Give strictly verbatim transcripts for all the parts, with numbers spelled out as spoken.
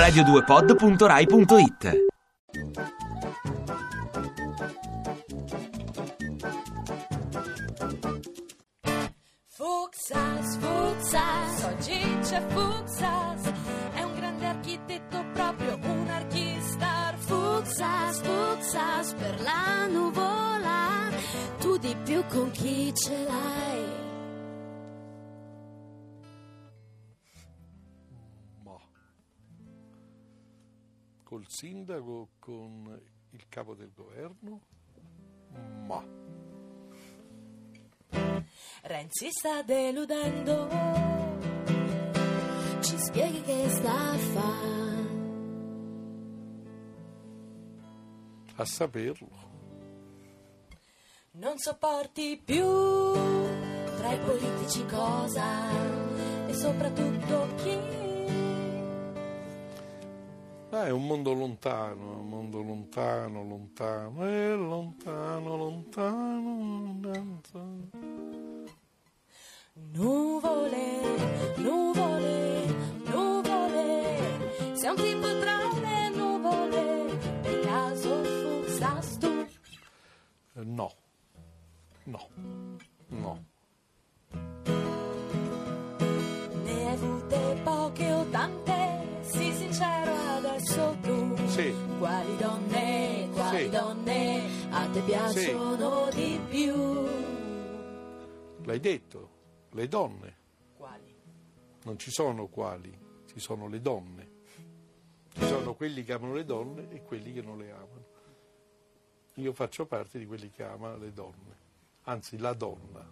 radio due pod punto rai punto it. Fuksas, Fuksas, oggi c'è Fuksas, è un grande architetto, proprio un archistar. Fuksas, Fuksas, per la nuvola, tu di più con chi ce l'hai? Ma col sindaco, con il capo del governo? Ma Renzi sta deludendo, ci spieghi che sta a fare? a saperlo. Non sopporti più tra i politici cosa e soprattutto chi? Ah, è un mondo lontano, un mondo lontano, lontano, è lontano, lontano, lontano. Nuvole, nuvole, nuvole, sei un tipo tra le nuvole, per caso Fuksas tu? Eh, no, no, no. Ne hai avute poche o tante, sii sincero adesso tu. Sì. Quali donne, quali Sì. donne a te piacciono di più? L'hai detto, le donne. Quali? Non ci sono quali, ci sono le donne. Ci sono quelli che amano le donne e quelli che non le amano. Io faccio parte di quelli che amano le donne, anzi la donna.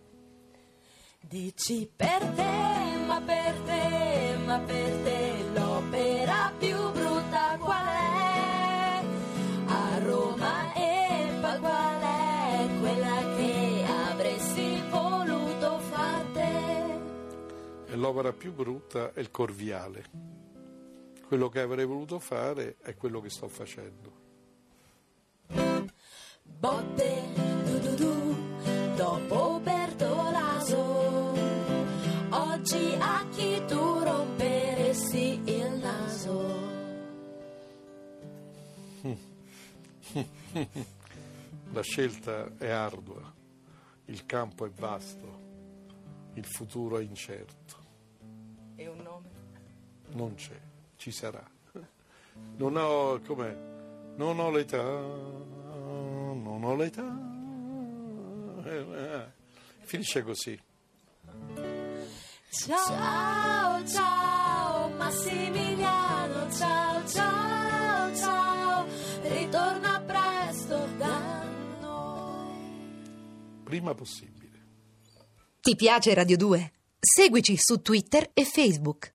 Dici per te, ma per te, ma per te l'opera più brutta qual è? A Roma e poi qual è quella che avresti voluto far te? E l'opera più brutta è il Corviale. Quello che avrei voluto fare è quello che sto facendo. Botte, du du du, dopo Bertolaso, oggi a chi tu romperesti il naso? La scelta è ardua, il campo è vasto, il futuro è incerto. E un nome? Non c'è, ci sarà. Non ho, com'è? Non ho l'età, non ho l'età. Eh, eh. Finisce così. Ciao, ciao, Massimiliano, ciao, ciao, ciao, ritorna presto da noi. Prima possibile. Ti piace Radio due? Seguici su Twitter e Facebook.